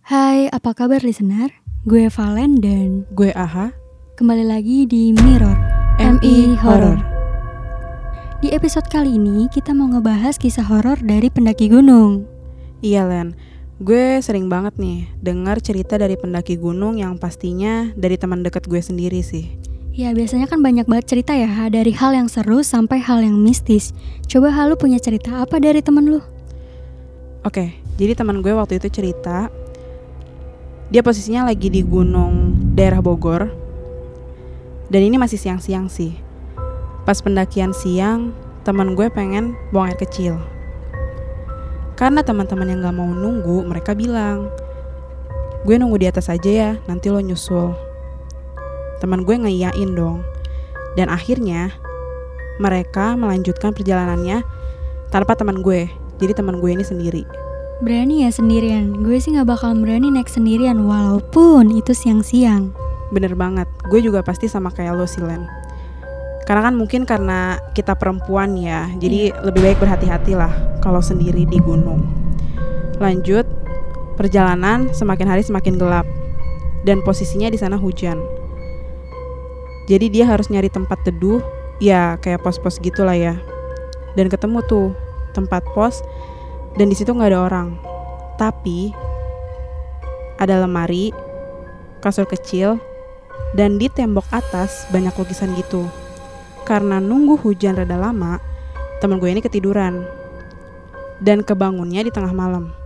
Hai, apa kabar listener? Gue Valen dan gue Aha. Kembali lagi di Mirror MI Horror. Di episode kali ini kita mau ngebahas kisah horor dari pendaki gunung. Iya Len, gue sering banget nih dengar cerita dari pendaki gunung yang pastinya dari teman dekat gue sendiri sih. Ya biasanya kan banyak banget cerita ya, dari hal yang seru sampai hal yang mistis. Coba lu punya cerita apa dari teman lu? Oke, jadi teman gue waktu itu cerita dia posisinya lagi di gunung daerah Bogor. Dan ini masih siang-siang sih. Pas pendakian siang, teman gue pengen buang air kecil. Karena teman-teman yang gak mau nunggu, mereka bilang, gue nunggu di atas aja ya, nanti lo nyusul. Teman gue ngeiyain dong. Dan akhirnya mereka melanjutkan perjalanannya tanpa teman gue. Jadi teman gue ini sendiri. Berani ya sendirian? Gue sih gak bakal berani naik sendirian walaupun itu siang-siang. Bener banget, gue juga pasti sama kayak lo sih Len. Karena kan mungkin karena kita perempuan ya, jadi lebih baik berhati-hati lah kalau sendiri di gunung. Lanjut, perjalanan semakin hari semakin gelap. Dan posisinya di sana hujan. Jadi dia harus nyari tempat teduh, ya kayak pos-pos gitulah ya. Dan ketemu tuh tempat pos, dan di situ nggak ada orang. Tapi ada lemari, kasur kecil, dan di tembok atas banyak lukisan gitu. Karena nunggu hujan reda lama, teman gue ini ketiduran dan kebangunnya di tengah malam.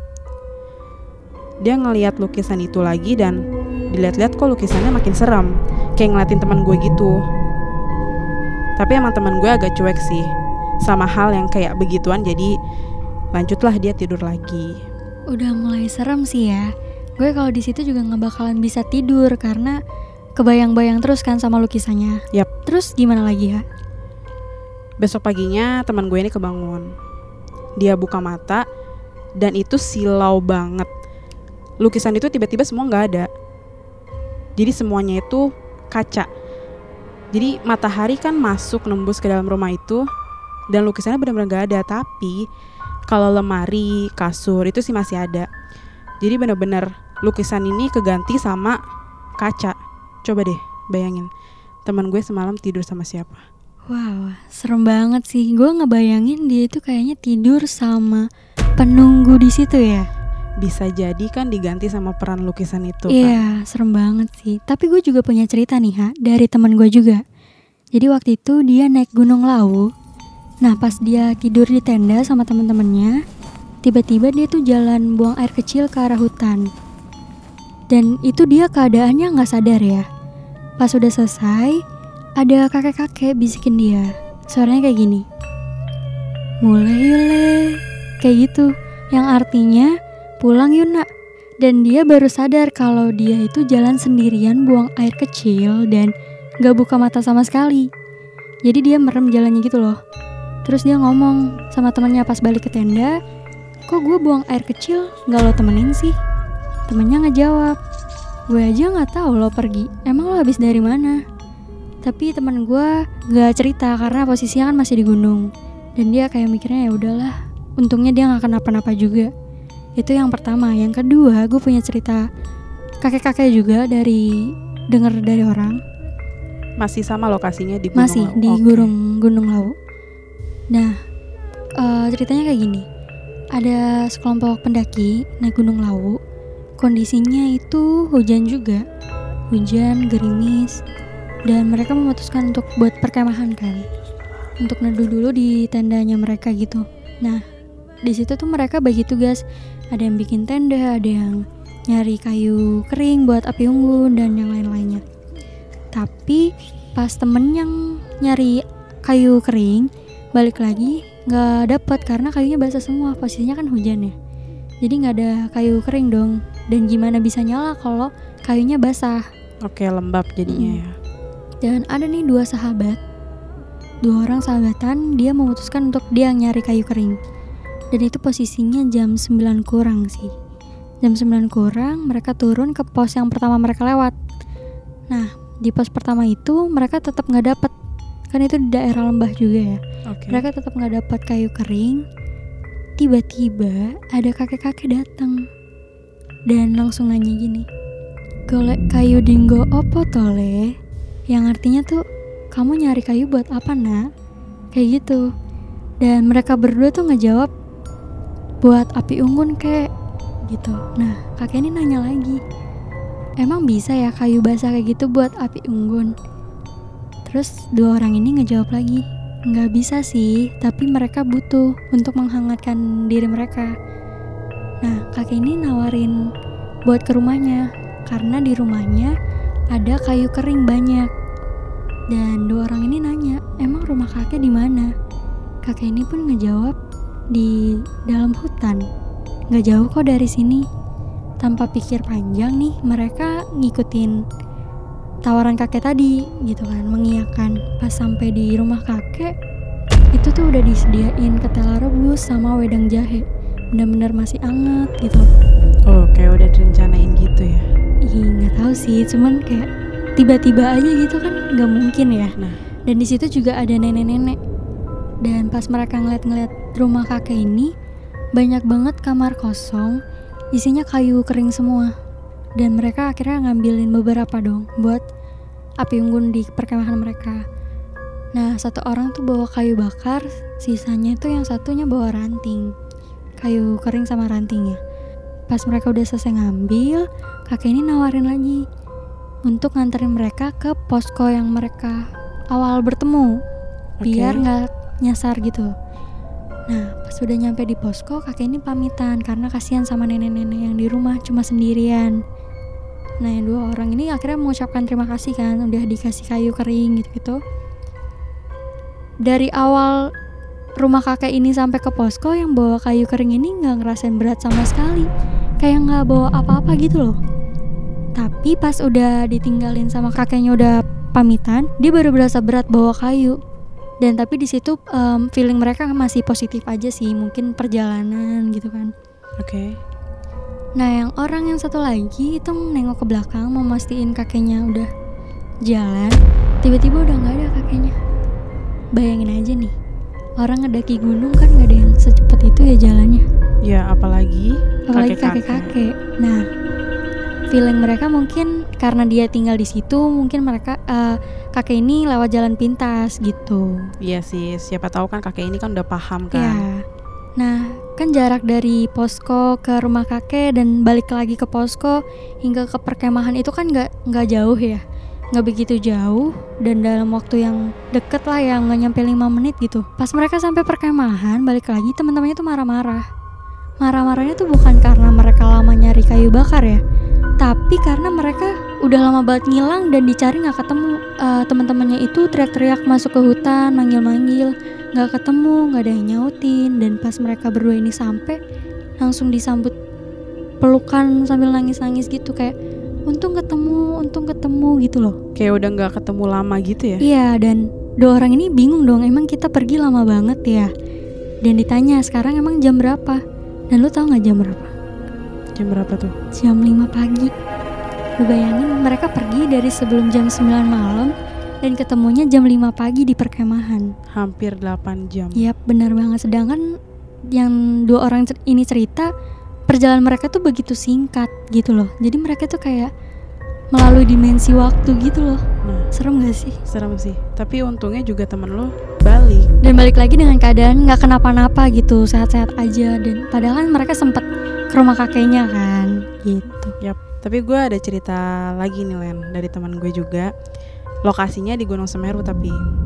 Dia ngeliat lukisan itu lagi dan dilihat-lihat kok lukisannya makin seram, kayak ngeliatin teman gue gitu. Tapi emang teman gue agak cuek sih sama hal yang kayak begituan, jadi lanjutlah dia tidur lagi. Udah mulai serem sih ya. Gue kalau di situ juga nggak bakalan bisa tidur karena kebayang-bayang terus kan sama lukisannya. Yap. Terus gimana lagi ya? Besok paginya teman gue ini kebangun. Dia buka mata dan itu silau banget. Lukisan itu tiba-tiba semua nggak ada. Jadi semuanya itu kaca. Jadi matahari kan masuk nembus ke dalam rumah itu dan lukisannya benar-benar nggak ada. Tapi kalau lemari, kasur itu sih masih ada. Jadi benar-benar lukisan ini keganti sama kaca. Coba deh bayangin, teman gue semalam tidur sama siapa? Wow, serem banget sih. Gue ngebayangin dia itu kayaknya tidur sama penunggu di situ ya. Bisa jadi kan diganti sama peran lukisan itu. Iya, serem banget sih. Tapi gue juga punya cerita nih ha, dari teman gue juga. Jadi waktu itu dia naik Gunung Lawu. Nah pas dia tidur di tenda sama teman-temannya, tiba-tiba dia tuh jalan buang air kecil ke arah hutan. Dan itu dia keadaannya gak sadar ya. Pas udah selesai, ada kakek-kakek bisikin dia. Suaranya kayak gini, mulai yule, kayak gitu. Yang artinya pulang yuk nak. Dan dia baru sadar kalau dia itu jalan sendirian buang air kecil dan gak buka mata sama sekali. Jadi dia merem jalannya gitu loh. Terus dia ngomong sama temannya pas balik ke tenda, kok gue buang air kecil gak lo temenin sih? Temennya ngejawab, gue aja gak tahu lo pergi, emang lo habis dari mana? Tapi teman gue gak cerita karena posisinya kan masih di gunung. Dan dia kayak mikirnya ya udahlah, untungnya dia gak kenapa-napa juga. Itu yang pertama. Yang kedua, gue punya cerita kakek-kakek juga dengar dari orang. Masih sama lokasinya di Gunung Masih Lawu? di Gunung Lawu. Nah, ceritanya kayak gini. Ada sekelompok pendaki naik Gunung Lawu. Kondisinya itu hujan juga. Hujan, gerimis. Dan mereka memutuskan untuk buat perkemahan kan. Untuk neduh dulu di tendanya mereka gitu. Nah, di situ tuh mereka bagi tugas. Ada yang bikin tenda, ada yang nyari kayu kering buat api unggun dan yang lain-lainnya. Tapi pas temen yang nyari kayu kering balik lagi nggak dapat karena kayunya basah semua, posisinya kan hujan ya. Jadi nggak ada kayu kering dong. Dan gimana bisa nyala kalau kayunya basah? Oke, lembab jadinya ya. Dan ada nih dua orang sahabatan, dia memutuskan untuk dia nyari kayu kering. Dan itu posisinya jam 9 kurang sih. Jam 9 kurang mereka turun ke pos yang pertama mereka lewat. Nah di pos pertama itu mereka tetap nggak dapat, kan itu di daerah lembah juga ya. Mereka tetap nggak dapat kayu kering. Tiba-tiba ada kakek-kakek datang. dan langsung nanya gini, golek kayu dinggo opo tole? Yang artinya tuh, kamu nyari kayu buat apa nak? Kayak gitu. Dan mereka berdua tuh ngejawab, buat api unggun kek gitu. Nah kakek ini nanya lagi, emang bisa ya kayu basah kayak gitu buat api unggun? Terus dua orang ini ngejawab lagi, nggak bisa sih, tapi mereka butuh untuk menghangatkan diri mereka. Nah kakek ini nawarin buat ke rumahnya, karena di rumahnya ada kayu kering banyak. Dan dua orang ini nanya, emang rumah kakek di mana? Kakek ini pun ngejawab, di dalam hutan, nggak jauh kok dari sini. Tanpa pikir panjang nih, mereka ngikutin tawaran kakek tadi gitu kan, mengiyakan. Pas sampai di rumah kakek, itu tuh udah disediain ketela rebus sama wedang jahe, benar-benar masih anget gitu. Oh, kayak udah direncanain gitu ya? Ih, nggak tahu sih, cuman kayak tiba-tiba aja gitu kan, nggak mungkin ya. Nah, dan di situ juga ada nenek-nenek. Dan pas mereka ngeliat rumah kakek ini, banyak banget kamar kosong, isinya kayu kering semua. Dan mereka akhirnya ngambilin beberapa dong buat api unggun di perkemahan mereka. Nah satu orang tuh bawa kayu bakar, sisanya tuh yang satunya bawa ranting, kayu kering sama rantingnya. Pas mereka udah selesai ngambil, kakek ini nawarin lagi untuk nganterin mereka ke posko yang mereka awal bertemu, biar gak nyasar gitu. Nah pas udah nyampe di posko, kakek ini pamitan karena kasihan sama nenek-nenek yang di rumah cuma sendirian. Nah yang dua orang ini akhirnya mengucapkan terima kasih kan, udah dikasih kayu kering gitu-gitu. Dari awal rumah kakek ini sampai ke posko, yang bawa kayu kering ini gak ngerasain berat sama sekali, kayak gak bawa apa-apa gitu loh. Tapi pas udah ditinggalin sama kakeknya udah pamitan, dia baru berasa berat bawa kayu. Dan tapi di situ feeling mereka masih positif aja sih, mungkin perjalanan gitu kan. Oke. Nah yang orang yang satu lagi itu nengok ke belakang mau mastiin kakeknya udah jalan, tiba-tiba udah nggak ada kakeknya. Bayangin aja nih, orang ngedaki gunung kan nggak ada yang secepat itu ya jalannya. Ya apalagi kakek-kakek. Nah feeling mereka mungkin karena dia tinggal di situ, mungkin mereka kakek ini lewat jalan pintas gitu. Iya sih, siapa tahu kan kakek ini kan udah paham kan. Ya. Nah kan jarak dari posko ke rumah kakek dan balik lagi ke posko hingga ke perkemahan itu kan nggak jauh ya, nggak begitu jauh, dan dalam waktu yang deket lah, yang nggak nyampe 5 menit gitu. Pas mereka sampai perkemahan, balik lagi teman-temannya tuh marah-marahnya tuh bukan karena mereka lama nyari kayu bakar ya, tapi karena mereka udah lama banget ngilang dan dicari nggak ketemu. Teman-temannya itu teriak-teriak masuk ke hutan, manggil-manggil, nggak ketemu, nggak ada yang nyautin. Dan pas mereka berdua ini sampai, langsung disambut pelukan sambil nangis-nangis gitu, kayak untung ketemu gitu loh. Kayak udah nggak ketemu lama gitu ya. Iya, dan dua orang ini bingung dong, emang kita pergi lama banget ya. Dan ditanya sekarang emang jam berapa, dan lu tahu nggak jam berapa? Jam berapa tuh? Jam 5 pagi. Lu bayangin mereka pergi dari sebelum jam 9 malam dan ketemunya jam 5 pagi di perkemahan. Hampir 8 jam. Yap, benar banget. Sedangkan yang dua orang ini cerita, perjalanan mereka tuh begitu singkat gitu loh. Jadi mereka tuh kayak melalui dimensi waktu gitu loh. Nah, serem gak sih? Serem sih. Tapi untungnya juga temen lo balik. Dan balik lagi dengan keadaan gak kenapa-napa gitu, sehat-sehat aja. Dan padahal kan mereka sempet ke rumah kakeknya kan gitu. Yap. Tapi gue ada cerita lagi nih Len, dari teman gue juga. Lokasinya di Gunung Semeru, tapi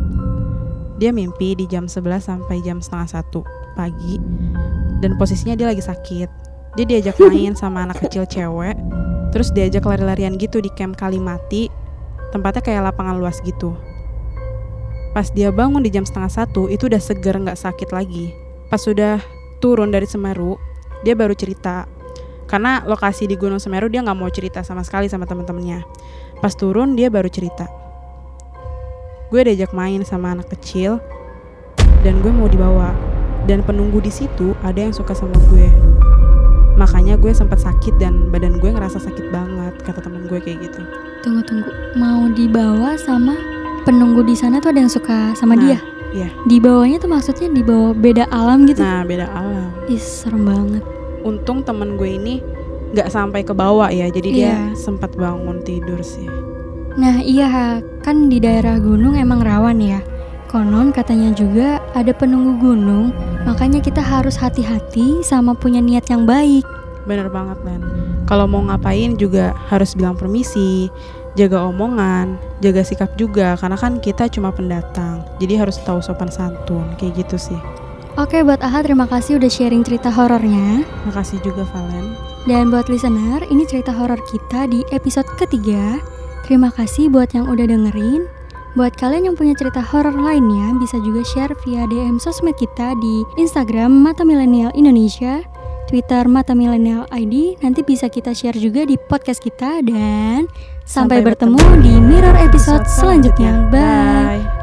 dia mimpi di jam 11 sampai jam setengah 1 pagi. Dan posisinya dia lagi sakit. Dia diajak main sama anak kecil cewek. Terus diajak lari-larian gitu di camp Kalimati. Tempatnya kayak lapangan luas gitu. Pas dia bangun di jam setengah 1, itu udah seger, gak sakit lagi. Pas sudah turun dari Semeru, dia baru cerita. Karena lokasi di Gunung Semeru dia gak mau cerita sama sekali sama teman-temannya. Pas turun dia baru cerita, gue diajak main sama anak kecil dan gue mau dibawa. Dan penunggu di situ ada yang suka sama gue. Makanya gue sempat sakit dan badan gue ngerasa sakit banget, kata teman gue kayak gitu. Tunggu, mau dibawa sama penunggu di sana tuh ada yang suka sama dia? Iya. Dibawanya tuh maksudnya dibawa beda alam gitu? Nah, beda alam. Ih, serem banget. Untung temen gue ini nggak sampai ke bawah ya, jadi dia Iya. sempat bangun tidur sih. Nah iya Ha, kan di daerah gunung emang rawan ya. Konon katanya juga ada penunggu gunung, makanya kita harus hati-hati sama punya niat yang baik. Bener banget Len. Kalau mau ngapain juga harus bilang permisi, jaga omongan, jaga sikap juga, karena kan kita cuma pendatang, jadi harus tahu sopan santun, kayak gitu sih. Oke, buat Aha terima kasih udah sharing cerita horornya. Makasih juga Valen. Dan buat listener, ini cerita horor kita di episode ketiga. Terima kasih buat yang udah dengerin. Buat kalian yang punya cerita horor lainnya, bisa juga share via DM sosmed kita di Instagram Mata Milenial Indonesia, Twitter Mata Milenial ID. Nanti bisa kita share juga di podcast kita. Dan sampai bertemu di Mirror episode selanjutnya. Bye.